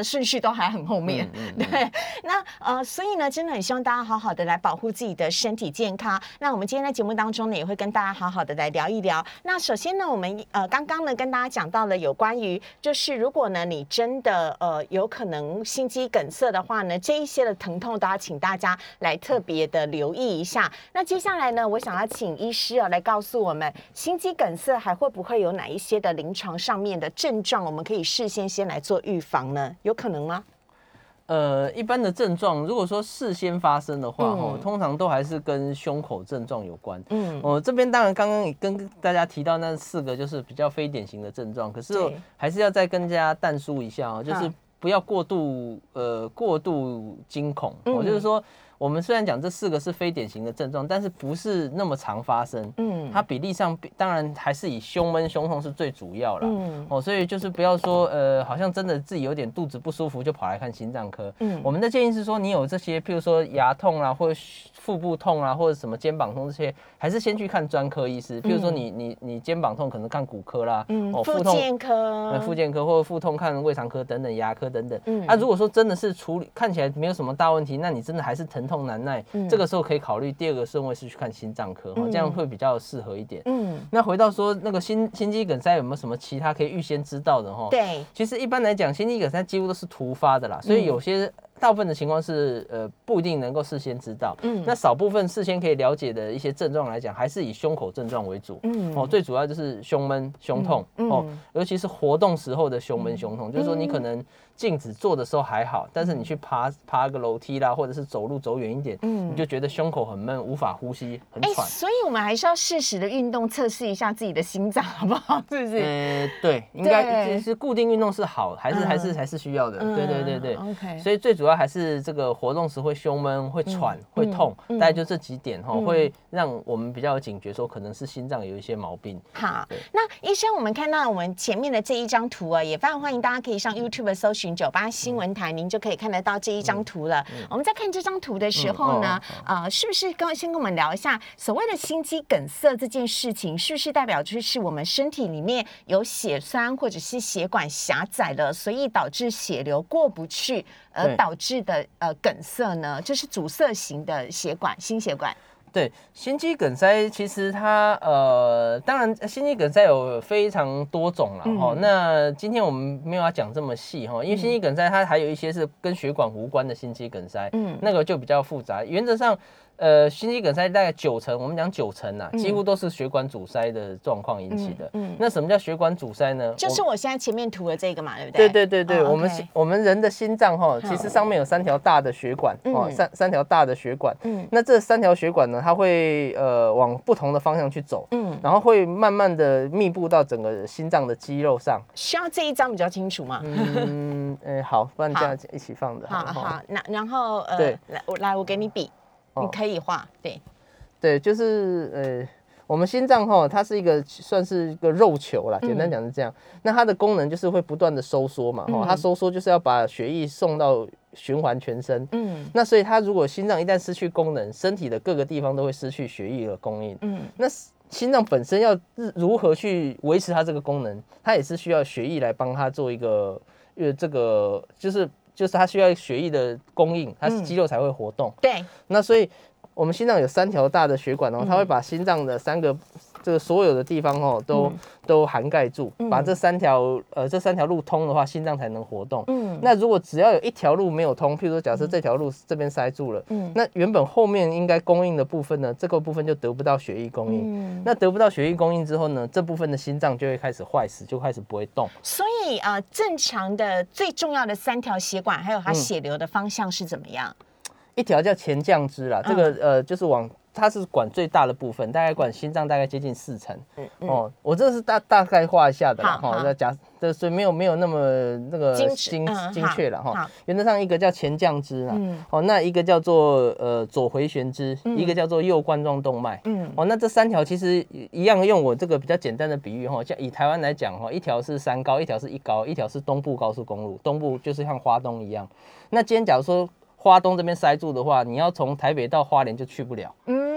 顺序都还很后面。嗯嗯嗯对，那呃，所以呢，真的很希望大家好好的来保护自己的身体健康。那我们今天在节目当中呢，也会跟大家好好的来聊一聊。那首先呢，我们呃刚刚呢跟大家讲到了有关于，就是如果呢你真的呃有可能心肌梗塞的话呢，这一些的疼痛都要请大家来特别的留意一下。那接下来呢，我想要请医师哦来告诉我们，心肌梗塞还会不会有哪一些的临床上面的症状，我们可以事先先来做预防呢？有可能吗？ 呃，一般的症状，如果说事先发生的话，哦、嗯，通常都还是跟胸口症状有关。嗯，我、呃、这边当然刚刚也跟大家提到那四个就是比较非典型的症状，可是还是要再跟大家但书一下哦，就是不要过度呃过度惊恐。我、嗯、就是说，我们虽然讲这四个是非典型的症状，但是不是那么常发生。嗯，它比例上当然还是以胸闷、胸痛是最主要啦。嗯，哦，所以就是不要说呃，好像真的自己有点肚子不舒服就跑来看心脏科。嗯，我们的建议是说，你有这些，譬如说牙痛啊，或者腹部痛啊，或者什么肩膀痛这些，还是先去看专科医师。譬如说你你你肩膀痛可能看骨科啦， 嗯，哦，腹健科， 呃，腹健科或者腹痛看胃肠科等等，牙科等等。嗯，啊，如果说真的是处理看起来没有什么大问题，那你真的还是疼痛难耐，嗯、这个时候可以考虑第二个顺位是去看心脏科，嗯、这样会比较适合一点。嗯，那回到说那个心心肌梗塞有没有什么其他可以预先知道的哈？ 对， 其实一般来讲，心肌梗塞几乎都是突发的啦，所以有些。大部分的情况是，呃，不一定能够事先知道。嗯，那少部分事先可以了解的一些症状来讲，还是以胸口症状为主。嗯，哦，最主要就是胸闷、胸痛。嗯、哦，尤其是活动时候的胸闷、胸痛，嗯、就是说你可能静止坐的时候还好，但是你去爬爬个楼梯啦，或者是走路走远一点，嗯，你就觉得胸口很闷，无法呼吸，很喘。 欸、所以我们还是要适时的运动，测试一下自己的心脏，好不好？是不是？ 呃，对，应该其实固定运动是好，还是、嗯、还是还是需要的。嗯、对对对对。OK。所以最主要主要还是这个活动时会胸闷、会喘、嗯、会痛，嗯、大概就这几点哈，嗯、会让我们比较有警觉，说可能是心脏有一些毛病。 好，那医生，我们看到我们前面的这一张图啊，也非常欢迎大家可以上 YouTube 搜寻九八新闻台，嗯、您就可以看得到这一张图了。嗯、我们在看这张图的时候呢，嗯哦、呃，是不是跟先跟我们聊一下所谓的心肌梗塞这件事情，是不是代表就是我们身体里面有血栓或者是血管狭窄了，所以导致血流过不去，而导致的呃梗塞呢？就是阻塞型的血管，心血管。 对，心肌梗塞其实它呃，当然心肌梗塞有非常多种了哈、嗯。那今天我们没有要讲这么细哈，因为心肌梗塞它还有一些是跟血管无关的心肌梗塞，嗯，那个就比较复杂。原则上，呃，心肌梗塞大概九成，我们讲九成啊，几乎都是血管阻塞的状况引起的。嗯，嗯那什么叫血管阻塞呢？ 就是我现在前面涂的这个嘛，对不对？ 对对对对，哦、我们 okay 我们人的心脏哈，其实上面有三条大的血管哦，三三条大的血管。嗯，那这三条血管呢，它会呃往不同的方向去走，嗯，然后会慢慢的密布到整个心脏的肌肉上。 需要这一张比较清楚吗？ 嗯，呃，好，不然这样一起放的。 好好，好那然后呃，对，来我来我给你比。你可以画，对， 对，就是呃，我们心脏哈，它是一个算是一个肉球啦，简单讲是这样。嗯、那它的功能就是会不断的收缩嘛，哈、嗯，它收缩就是要把血液送到循环全身。嗯，那所以它如果心脏一旦失去功能，身体的各个地方都会失去血液的供应。嗯，那心脏本身要如何去维持它这个功能，它也是需要血液来帮它做一个呃这个就是。就是它需要血液的供应，它肌肉才会活动。嗯、 对， 那所以我们心脏有三条大的血管哦，它会把心脏的三个这个所有的地方哦都、嗯、都涵盖住，嗯、把这三条呃这三条路通的话，心脏才能活动。嗯，那如果只要有一条路没有通，譬如说假设这条路这边塞住了，嗯，那原本后面应该供应的部分呢，这个部分就得不到血液供应。嗯，那得不到血液供应之后呢，这部分的心脏就会开始坏死，就开始不会动。 所以啊、呃，正常的最重要的三条血管，还有它血流的方向是怎么样？嗯一条叫前降支啦，这个呃就是往它是管最大的部分，大概管心脏大概接近四成。嗯嗯、哦，我这是大大概画一下的啦，哈，假这所以没有没有那么那个精精确了哈。原则上一个叫前降支啦，嗯、哦，那一个叫做呃左回旋支，嗯、一个叫做右冠状动脉。嗯，哦，那这三条其实一样，用我这个比较简单的比喻哈，像以台湾来讲哈，一条是三高，一条是一高，一条是东部高速公路，东部就是像花东一样。那今天假如说花东这边塞住的话，你要从台北到花莲就去不了。嗯，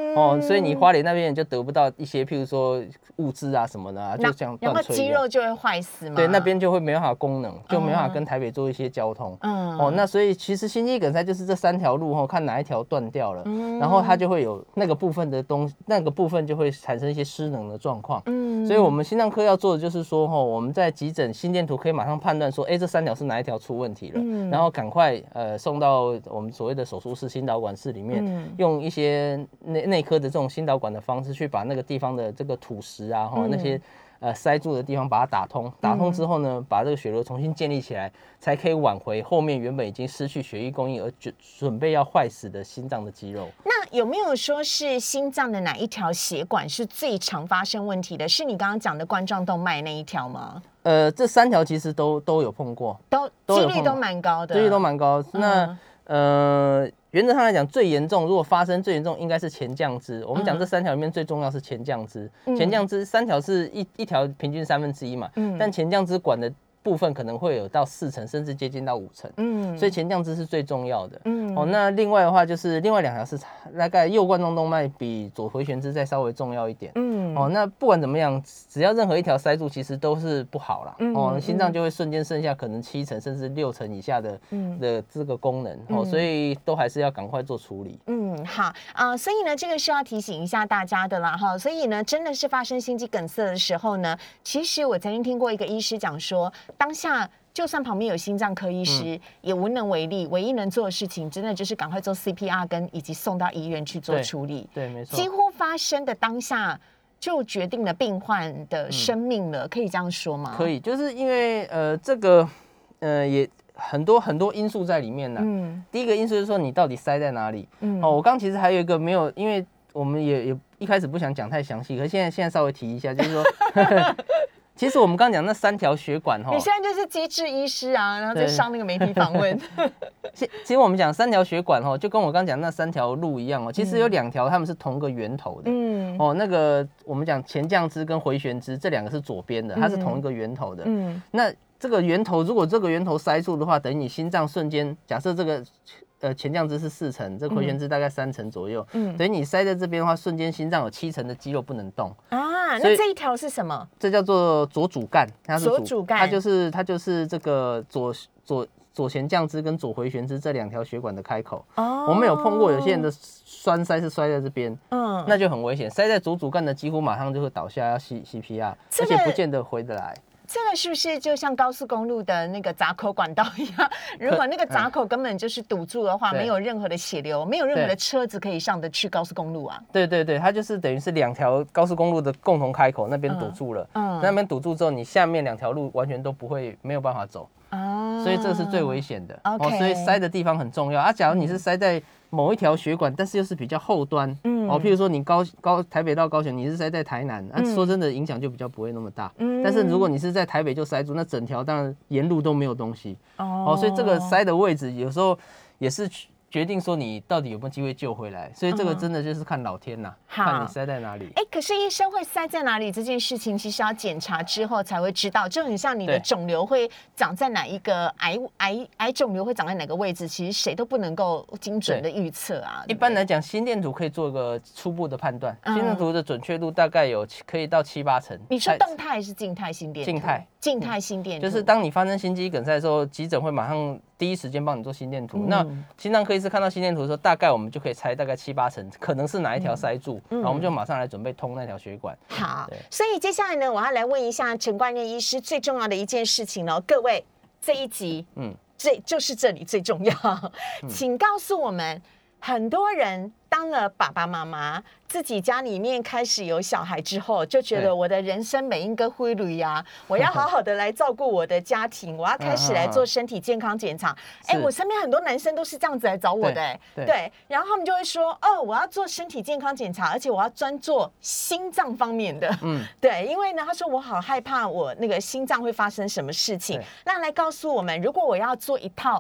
嗯哦，所以你花莲那边人就得不到一些，譬如说物资啊什么的啊，就这样断然后炊。 肌肉就会坏死嘛。 对，那边就会没办法功能，就没办法跟台北做一些交通。嗯，哦，那所以其实心肌梗塞就是这三条路哦，看哪一条断掉了，嗯、然后它就会有那个部分的东，那个部分就会产生一些失能的状况。嗯，所以我们心脏科要做的就是说，哦，我们在急诊心电图可以马上判断说，哎，这三条是哪一条出问题了，嗯、然后赶快呃送到我们所谓的手术室心导管室里面，嗯、用一些内内科的这种心导管的方式去把那个地方的这个土石啊，哈、嗯、那些。呃，塞住的地方把它打通，打通之后呢，嗯、把这个血流重新建立起来，才可以挽回后面原本已经失去血液供应而准准备要坏死的心脏的肌肉。 那有没有说是心脏的哪一条血管是最常发生问题的？是你刚刚讲的冠状动脉那一条吗？ 呃，这三条其实都都有碰过， 都几率都蛮高的， 几率都蛮高。嗯、那呃。原则上来讲，最严重，如果发生最严重，应该是前降支。我们讲这三条里面最重要是前降支。嗯、前降支三条是一一条平均三分之一嘛，嗯、但前降支管的部分可能会有到四成，甚至接近到五成。嗯，所以前降支是最重要的。嗯，哦，那另外的话就是另外两条是大概右冠状动脉比左回旋支再稍微重要一点。嗯，哦，那不管怎么样，只要任何一条塞住，其实都是不好啦。嗯、哦，心脏就会瞬间剩下可能七成甚至六成以下的、嗯、的这个功能。哦，所以都还是要赶快做处理。 嗯，好啊、呃，所以呢，这个是要提醒一下大家的啦哈。所以呢，真的是发生心肌梗塞的时候呢，其实我曾经听过一个医师讲说。当下就算旁边有心脏科医师，嗯、也无能为力，唯一能做的事情，真的就是赶快做 C P R 跟以及送到医院去做处理。 对，对没错。 几乎发生的当下就决定了病患的生命了，嗯、可以这样说吗？ 可以，就是因为呃这个呃也很多很多因素在里面呢。嗯，第一个因素就是说你到底塞在哪里。嗯，哦，我刚其实还有一个没有，因为我们也也一开始不想讲太详细，可是现在现在稍微提一下，就是说。其实我们刚刚讲那三条血管哈， 你现在就是机智医师啊，然后再上那个媒体访问。 其其实我们讲三条血管哈，就跟我刚讲那三条路一样哦。其实有两条，它们是同个源头的。嗯。哦，那个我们讲前降支跟回旋支这两个是左边的，它是同一个源头的。嗯。那这个源头，如果这个源头塞住的话，等于你心脏瞬间，假设这个。呃，前降支是四成，这回旋支大概三成左右。嗯，等于你塞在这边的话，瞬间心脏有七成的肌肉不能动啊。那这一条是什么？ 这叫做左主干，它是左主干， 它就是它就是这个左左左前降支跟左回旋支这两条血管的开口。哦，我们有碰过有些人的栓塞是塞在这边，嗯，那就很危险。塞在左主干的几乎马上就会倒下，要 C P R， 而且不见得回得来。 这个是不是就像高速公路的那个闸口管道一样？如果那个闸口根本就是堵住的话，没有任何的血流，没有任何的车子可以上得去高速公路啊。 对对对，它就是等于是两条高速公路的共同开口，那边堵住了，嗯，那边堵住之后，你下面两条路完全都不会没有办法走啊，所以这是最危险的。 Okay 哦，所以塞的地方很重要啊。假如你是塞在某一条血管，但是又是比较后端，嗯，哦，譬如说你高高台北到高雄，你是塞在台南，啊，说真的影响就比较不会那么大，嗯，但是如果你是在台北就塞住，那整条当然沿路都没有东西，哦，哦，所以这个塞的位置有时候也是决定说你到底有没有机会救回来，所以这个真的就是看老天呐、啊，嗯、看你塞在哪里。 哎，可是医生会塞在哪里这件事情，其实要检查之后才会知道，就很像你的肿瘤会长在哪一个癌癌癌肿瘤会长在哪个位置，其实谁都不能够精准的预测啊。 一般来讲，心电图可以做一个初步的判断，嗯、心电图的准确度大概有可以到七八成。 你说动态还是静态心电图？ 静态。 静态心电图、嗯、 就是当你发生心肌梗塞的时候，急诊会马上第一时间帮你做心电图。嗯、那心脏科医师看到心电图的时候，大概我们就可以猜大概七八成可能是哪一条塞住，嗯、然后我们就马上来准备通那条血管。 好，所以接下来呢，我要来问一下陈冠任医师最重要的一件事情了，各位，这一集，嗯，这就是这里最重要，嗯、请告诉我们，很多人当了爸爸妈妈，自己家里面开始有小孩之后，就觉得我的人生每一个规律呀，我要好好的来照顾我的家庭，我要开始来做身体健康检查。哎、欸，我身边很多男生都是这样子来找我的、欸，对，对，然后他们就会说，哦，我要做身体健康检查，而且我要专做心脏方面的，嗯，对，因为呢，他说我好害怕我那个心脏会发生什么事情，那来告诉我们，如果我要做一套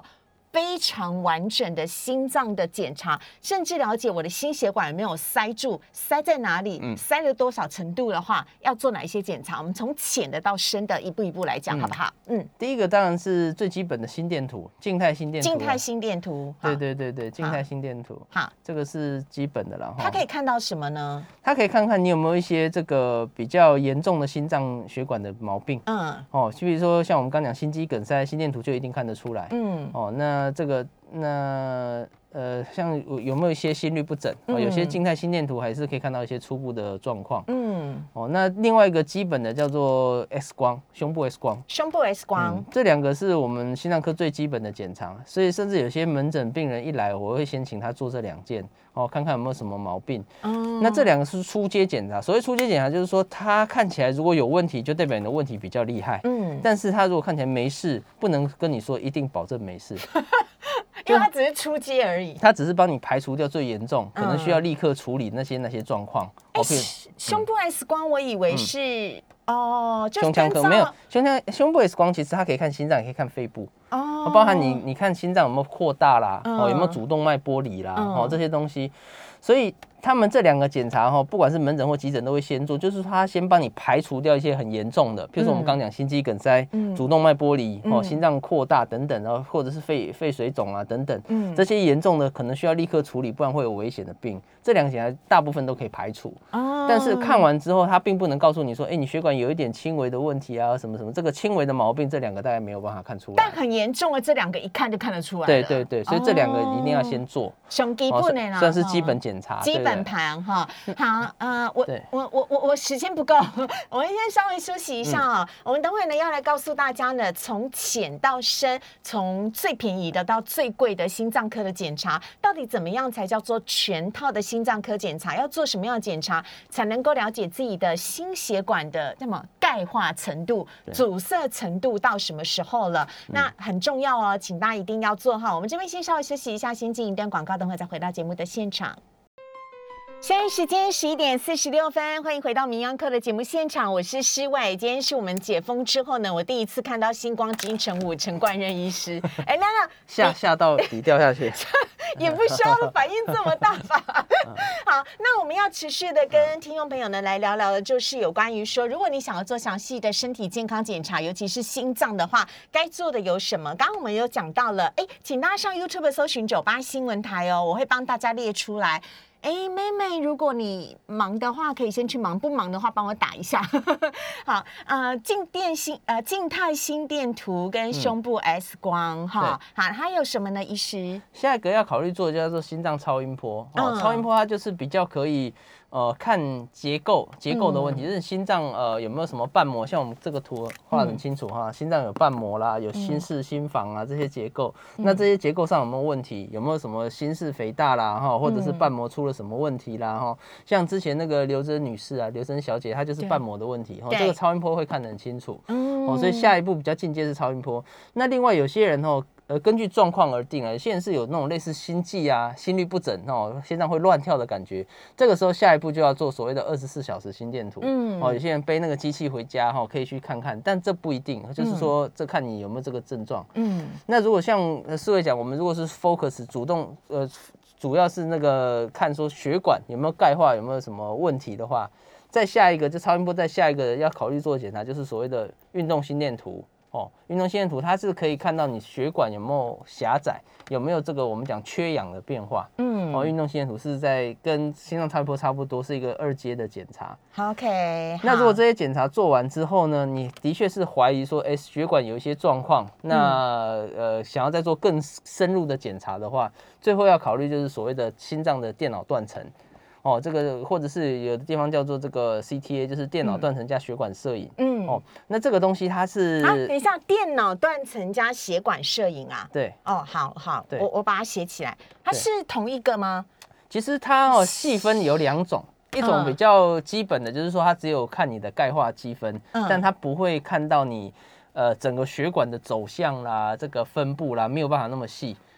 非常完整的心脏的检查，甚至了解我的心血管有没有塞住，塞在哪里，嗯、塞了多少程度的话，要做哪一些检查？我们从浅的到深的一步一步来讲，嗯、好不好？嗯， 第一个当然是最基本的心电图，静态心电图。 静态心电图。 对对对对，静态心电图。 好， 这个是基本的啦。 它可以看到什么呢？ 它可以看看你有没有一些这个比较严重的心脏血管的毛病。嗯，哦，就比如说像我们刚讲心肌梗塞，心电图就一定看得出来。嗯，哦，那这个那。呃，像有没有一些心律不整？哦，有些静态心电图还是可以看到一些初步的状况。嗯，哦，那另外一个基本的叫做 X 光，胸部 X 光。 胸部 X 光， 嗯、这两个是我们心脏科最基本的检查，所以甚至有些门诊病人一来，我会先请他做这两件，哦，看看有没有什么毛病。哦，那这两个是初阶检查，所谓初阶检查就是说，他看起来如果有问题，就代表你的问题比较厉害。嗯，但是他如果看起来没事，不能跟你说一定保证没事。 因为它只是出街而已， 它只是帮你排除掉最严重，可能需要立刻处理那些那些状况。 哎、欸，胸部 X 光我以为是、嗯、哦，就胸腔科没有胸腔胸部 X 光，其实它可以看心脏，也可以看肺部哦，包含你你看心脏有没有扩大啦，嗯、哦有没有主动脉剥离啦，嗯、哦这些东西，所以。他们这两个检查哈，不管是门诊或急诊都会先做，就是他先帮你排除掉一些很严重的，譬如说我们刚讲心肌梗塞、嗯、主动脉剥离、哦、心脏扩大等等，然后或者是肺肺水肿啊等等，嗯、这些严重的可能需要立刻处理，不然会有危险的病。这两个检查大部分都可以排除，哦、但是看完之后，他并不能告诉你说，哎、欸，你血管有一点轻微的问题啊，什么什么，这个轻微的毛病，这两个大概没有办法看出来。 但很严重的这两个一看就看得出来了。 对对对，所以这两个一定要先做。 上基本的啦， 算是基本检查， 基本盘哈。好，呃，我我我我我时间不够，我们先稍微休息一下啊、哦。嗯、我们等会呢要来告诉大家呢，从浅到深，从最便宜的到最贵的心脏科的检查，到底怎么样才叫做全套的心脏科检查？要做什么样的检查才能够了解自己的心血管的那么钙化程度、阻塞程度到什么时候了？那很重要哦，请大家一定要做哈。我们这边先稍微休息一下，先进一段广告，等会再回到节目的现场。现在时间十一点四十六分，欢迎回到民谣课的节目现场，我是施伟。今天是我们解封之后呢，我第一次看到星光金城武陈冠任医师。哎，那那吓吓到底掉下去， 也不需要反应这么大吧？好，那我们要持续的跟听众朋友呢来聊聊的，就是有关于说，如果你想要做详细的身体健康检查，尤其是心脏的话，该做的有什么？刚刚我们有讲到了，哎，请大家上 YouTube 搜寻九八新闻台哦，我会帮大家列出来。哎，妹妹，如果你忙的话，可以先去忙；不忙的话，帮我打一下。好，呃，静电心呃静态心电图跟胸部 X 光哈、嗯，好，还有什么呢？医师， 下一个要考虑做的叫做心脏超音波。哦，嗯、超音波它就是比较可以。呃，看结构结构的问题，嗯、就是心脏呃有没有什么瓣膜，像我们这个图画得很清楚哈，嗯、心脏有瓣膜啦，有心室、心房啊这些结构，嗯、那这些结构上有没有问题？有没有什么心室肥大啦哈，或者是瓣膜出了什么问题啦哈？像之前那个刘真女士啊，刘真小姐她就是瓣膜的问题，这个超音波会看得很清楚，哦，所以下一步比较进阶是超音波。那另外有些人哦。呃，根据状况而定啊，有些人是有那种类似心悸啊、心律不整哦，心脏会乱跳的感觉。这个时候下一步就要做所谓的二十四小时心电图。嗯，哦，有些人背那个机器回家哈、哦，可以去看看，但这不一定，就是说这看你有没有这个症状。嗯，那如果像思维讲，我们如果是 focus 主动呃，主要是那个看说血管有没有钙化，有没有什么问题的话，再下一个就超音波，再下一个要考虑做检查，就是所谓的运动心电图。哦，运动心电图它是可以看到你血管有没有狭窄，有没有这个我们讲缺氧的变化。嗯，哦，运动心电图是在跟心脏超音波差不多，是一个二阶的检查。 OK， 那如果这些检查做完之后呢，你的确是怀疑说，哎、欸，血管有一些状况，那、嗯、呃想要再做更深入的检查的话，最后要考虑就是所谓的心脏的电脑断层。哦，这个或者是有的地方叫做这个 C T A， 就是电脑断层加血管摄影。嗯，哦，那这个东西它是啊，等一下，电脑断层加血管摄影啊？ 对。 哦，好好，我我把它写起来。它是同一个吗？ 其实它哦细分有两种，一种比较基本的，就是说它只有看你的钙化积分，嗯、但它不会看到你。呃，整个血管的走向啦，这个分布啦，没有办法那么细。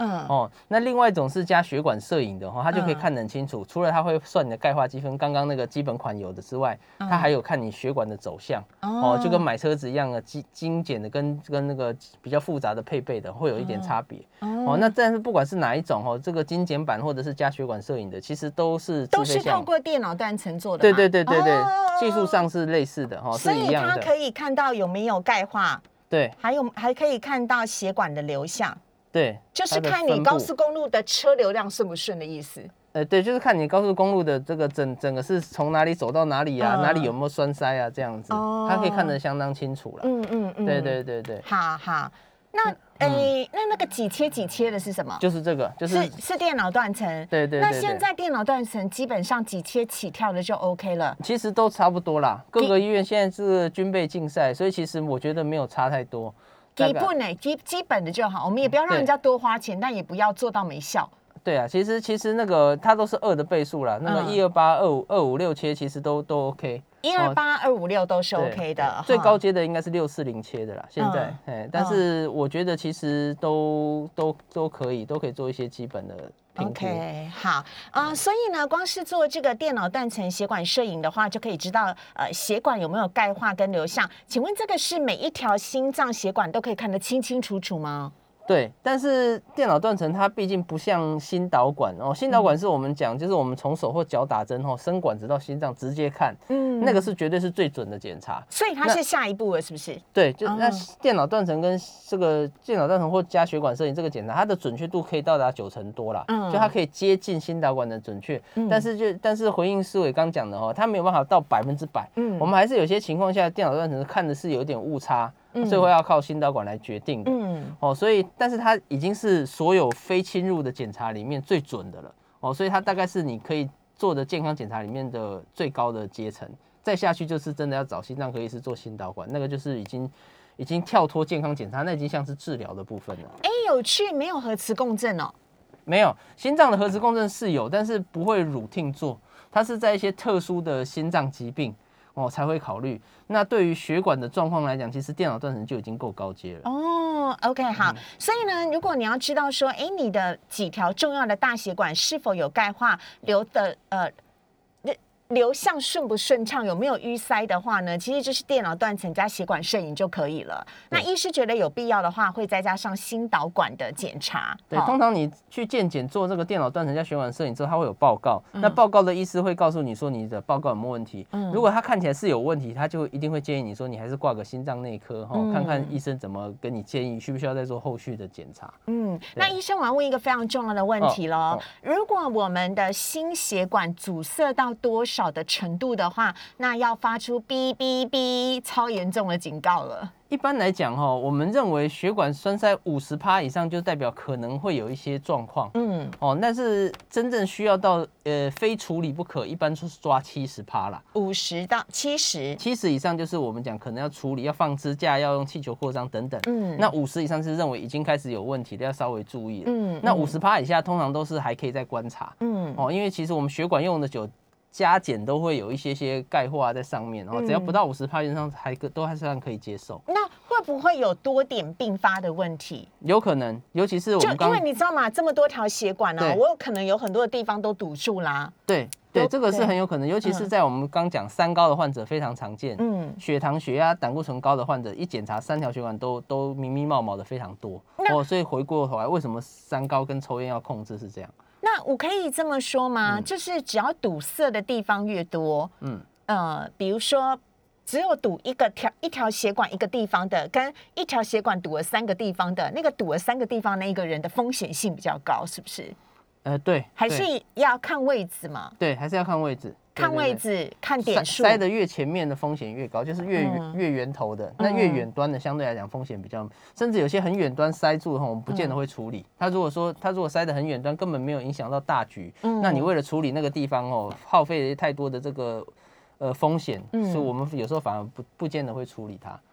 嗯， 哦，那另外一种是加血管摄影的哈，它就可以看得很清楚。嗯、除了它会算你的钙化积分，刚刚那个基本款有的之外，嗯、它还有看你血管的走向。哦，就跟买车子一样的精精简的跟跟那个比较复杂的配备的会有一点差别。哦，那但是不管是哪一种哦，这个精简版或者是加血管摄影的，其实都是都是透过电脑断层做的。 对对对对对，哦、技术上是类似的哈，是一样的。 所以它可以看到有没有钙化。 对， 还有还可以看到血管的流向， 对， 就是看你高速公路的车流量顺不顺的意思。 呃，对，就是看你高速公路的这个整整个是从哪里走到哪里啊，嗯、哪里有没有栓塞啊，这样子，哦、它可以看得相当清楚了。嗯嗯嗯，对对对对。 好好，那诶、欸，那那个几切几切的是什么？ 就是这个，就是是是电脑断层。 对 对, 对, 对。 那现在电脑断层基本上几切起跳的就 OK 了。 其实都差不多啦，各个医院现在是军备竞赛，所以其实我觉得没有差太多。 基本呢，基基本的就好，我们也不要让人家多花钱，但也不要做到没效。 对啊，其实其实那个它都是二的倍数啦，那个一二八、二五、二五六切其实都都 OK。 一二八、二五六都是 OK 的， 最高阶的应该是六四零切的啦。现在，哎、嗯，但是我觉得其实都都都可以，都可以做一些基本的。 OK， 好，呃，所以呢，光是做这个电脑断层血管摄影的话，就可以知道呃血管有没有钙化跟流向。请问这个是每一条心脏血管都可以看得清清楚楚吗？ 对，但是电脑断层它毕竟不像心导管哦，心导管是我们讲，就是我们从手或脚打针后伸管直到心脏直接看，嗯，那个是绝对是最准的检查。 所以它是下一步了，是不是？ 对，就、哦、那电脑断层跟这个电脑断层或加血管摄影这个检查，它的准确度可以到达九成多啦，嗯，就它可以接近心导管的准确，嗯、但是就但是回应思维刚讲的哦，它没有办法到百分之百，嗯，我们还是有些情况下电脑断层看的是有点误差。所以会要靠心导管来决定的，嗯，哦，所以但是它已经是所有非侵入的检查里面最准的了，哦，所以它大概是你可以做的健康检查里面的最高的阶层，再下去就是真的要找心脏科医师做心导管，那个就是已经已经跳脱健康检查，那已经像是治疗的部分了。 哎，有趣，没有核磁共振哦？ 没有，心脏的核磁共振是有，但是不会 routine 做，它是在一些特殊的心脏疾病。哦，才会考虑。那对于血管的状况来讲，其实电脑断层就已经够高阶了。 哦 ，OK， 好。嗯、所以呢，如果你要知道说，哎，你的几条重要的大血管是否有钙化流的呃流向顺不顺畅，有没有淤塞的话呢，其实就是电脑断层加血管摄影就可以了。那医师觉得有必要的话，会再加上心导管的检查。 对，通常你去健检做这个电脑断层加血管摄影之后，它会有报告。嗯、那报告的医师会告诉你说你的报告有没有问题。嗯、如果他看起来是有问题，他就一定会建议你说你还是挂个心脏内科哈，嗯、看看医生怎么跟你建议，需不需要再做后续的检查。 嗯，那医生我要问一个非常重要的问题咯。哦哦、如果我们的心血管阻塞到多少的程度的话，那要发出哔哔哔超严重的警告了。 一般来讲哈，我们认为血管栓塞 百分之五十 以上就代表可能会有一些状况，嗯，哦，但是真正需要到呃非处理不可，一般就是抓 百分之七十 啦， 五十到七十， 七十以上就是我们讲可能要处理，要放支架，要用气球扩张等等，嗯，那五十以上是认为已经开始有问题的，要稍微注意了，嗯，那 百分之五十 以下通常都是还可以再观察，嗯，哦，因为其实我们血管用的久。加减都会有一些些钙化在上面，然后只要不到 百分之五十 以上，还都还算可以接受。 那会不会有多点并发的问题？ 有可能，尤其是我们就因为你知道吗？这么多条血管啊，我有可能有很多的地方都堵住啦。 对对，这个是很有可能，尤其是在我们刚讲三高的患者非常常见，嗯，血糖、血压、胆固醇高的患者，一检查三条血管都都密密茂茂的非常多。哦，所以回过头来，为什么三高跟抽烟要控制是这样？ 那我可以这么说吗？嗯、就是只要堵塞的地方越多，嗯，呃，比如说只有堵一个条一条血管一个地方的，跟一条血管堵了三个地方的，那个堵了三个地方那一个人的风险性比较高，是不是？ 呃，对， 还是要看位置嘛？ 对，还是要看位置。 看位置，对对对，看点数， 塞的越前面的风险越高，就是越、嗯、越源头的，那越远端的相对来讲风险比较，甚至有些很远端塞住的话，我们不见得会处理。嗯、他如果说他如果塞的很远端，根本没有影响到大局，嗯、那你为了处理那个地方哦，耗费太多的这个呃风险，嗯、所以我们有时候反而不不见得会处理它。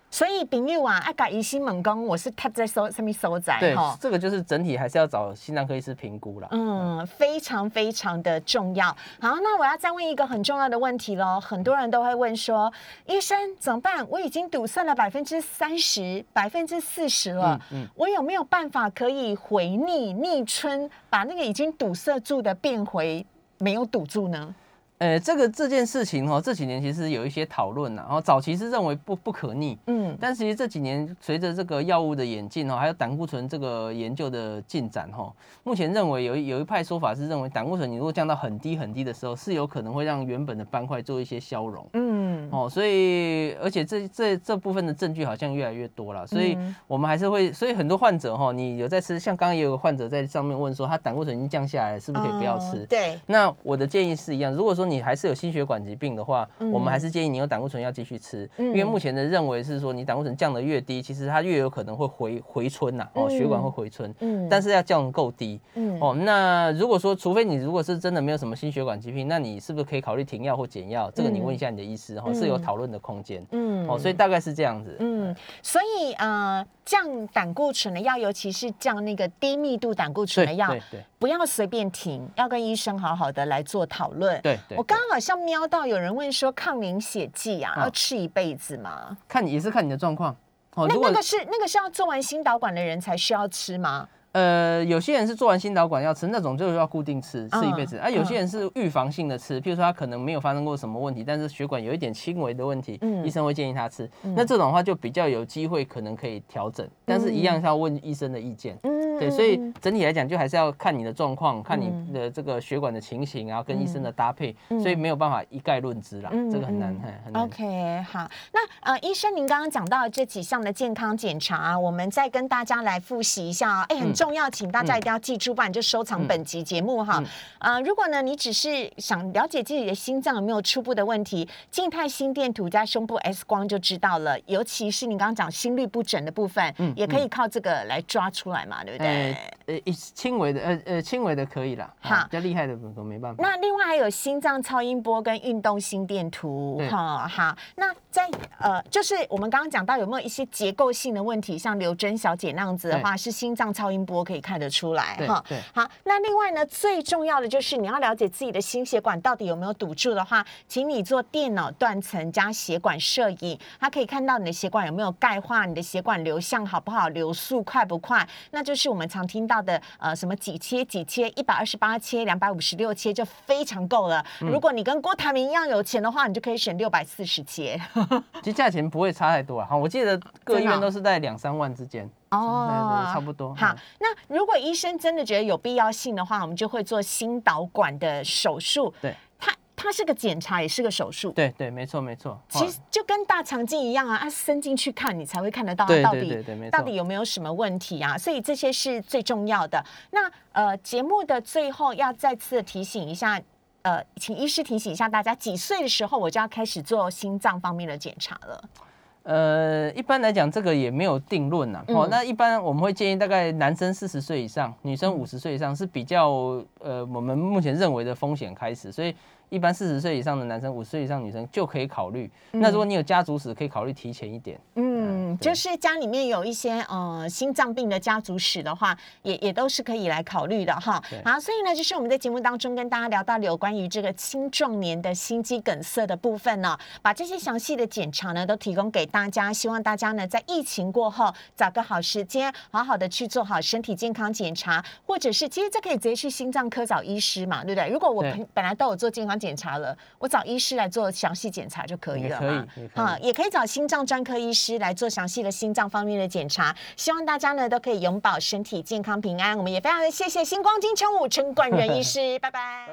所以朋友啊，爱改疑心猛攻，我是看在收上面收窄对，这个就是整体还是要找心脏科医师评估啦。 嗯，非常非常的重要。好，那我要再问一个很重要的问题咯，很多人都会问说，医生怎么办？我已经堵塞了百分之三十、百分之四十了，嗯嗯，我有没有办法可以回逆逆春，把那个已经堵塞住的变回没有堵住呢？ 呃，这个这件事情哦，这几年其实有一些讨论呐，然后早期是认为不不可逆，嗯，但是其实这几年随着这个药物的演进哦，还有胆固醇这个研究的进展哈，目前认为有一有一派说法是认为胆固醇你如果降到很低很低的时候，是有可能会让原本的斑块做一些消融，嗯，哦，所以而且这这这部分的证据好像越来越多了，所以我们还是会，所以很多患者哈，你有在吃，像刚刚也有个患者在上面问说，他胆固醇已经降下来了，是不是可以不要吃？ 嗯、对， 那我的建议是一样，如果说你还是有心血管疾病的话，嗯、我们还是建议你有胆固醇要继续吃，嗯、因为目前的认为是说，你胆固醇降得越低，其实它越有可能会回回春呐、啊，哦，血管会回春，嗯，但是要降得够低，嗯，哦，那如果说，除非你如果是真的没有什么心血管疾病，那你是不是可以考虑停药或减药？这个你问一下你的医师，哦，是有讨论的空间，嗯，哦，所以大概是这样子， 嗯，所以呃，降胆固醇的药，尤其是降那个低密度胆固醇的药，对对对，不要随便停，要跟医生好好的来做讨论。 对对， 我刚刚好像瞄到有人问说，抗凝血剂啊，要吃一辈子吗？ 看也是看你的状况。 哦，那那个是那个是要做完心导管的人才需要吃吗？ 呃，有些人是做完心导管要吃，那种就是要固定吃，吃一辈子。嗯、啊，有些人是预防性的吃，譬如说他可能没有发生过什么问题，但是血管有一点轻微的问题，嗯、医生会建议他吃。嗯、那这种的话就比较有机会可能可以调整，但是一样是要问医生的意见。嗯、对，所以整体来讲就还是要看你的状况，看你的这个血管的情形，然后跟医生的搭配，嗯、所以没有办法一概论之啦，嗯、这个很难，很难。 OK， 好，那呃，医生您刚刚讲到的这几项的健康检查，我们再跟大家来复习一下哦。哎，很重要，请大家一定要记住，不然就收藏本集节目哈。嗯、呃，如果呢你只是想了解自己的心脏有没有初步的问题，静态心电图加胸部 X 光就知道了。尤其是你刚刚讲心律不整的部分，嗯、也可以靠这个来抓出来嘛，对不对？ 呃，轻微的，呃呃，轻微的可以啦。好，比较厉害的可没办法。 那另外还有心脏超音波跟运动心电图，哈，好。那在呃，就是我们刚刚讲到有没有一些结构性的问题，像刘真小姐那样子的话，是心脏超音波可以看得出来，哈。好，那另外呢，最重要的就是你要了解自己的心血管到底有没有堵住的话，请你做电脑断层加血管摄影，它可以看到你的血管有没有钙化，你的血管流向好不好，流速快不快，那就是我们常听到的呃什么几切几切，一百二十八切、两百五十六切就非常够了。嗯、如果你跟郭台铭一样有钱的话，你就可以选六百四十切。 其实价钱不会差太多啊，我记得各医院都是在两三万之间。哦，对对，差不多。 好，那如果医生真的觉得有必要性的话，我们就会做心导管的手术。 对， 它它是个检查，也是个手术。 对对，没错没错。 其实就跟大肠镜一样啊，啊，伸进去看你才会看得到它到底到底有没有什么问题啊，所以这些是最重要的。那呃，节目的最后要再次提醒一下。呃，请医师提醒一下大家，几岁的时候我就要开始做心脏方面的检查了？ 呃，一般来讲，这个也没有定论呐。哦，那一般我们会建议，大概男生四十岁以上，女生五十岁以上是比较呃，我们目前认为的风险开始，所以一般四十岁以上的男生，五十岁以上女生就可以考虑。嗯、那如果你有家族史，可以考虑提前一点。 嗯，就是家里面有一些呃心脏病的家族史的话，也也都是可以来考虑的哈。好，所以呢，就是我们在节目当中跟大家聊到有关于这个青壮年的心肌梗塞的部分呢，把这些详细的检查呢都提供给大家，希望大家呢在疫情过后找个好时间，好好的去做好身体健康检查，或者是其实这可以直接去心脏科找医师嘛，对不对？如果我本来都有做健康检查了，我找医师来做详细检查就可以了嘛。 也可以，啊、 嗯，也可以找心脏专科医师来做详细的心脏方面的检查。希望大家呢都可以永保身体健康平安。我们也非常的谢谢星光金城武陈冠仁医师，拜拜。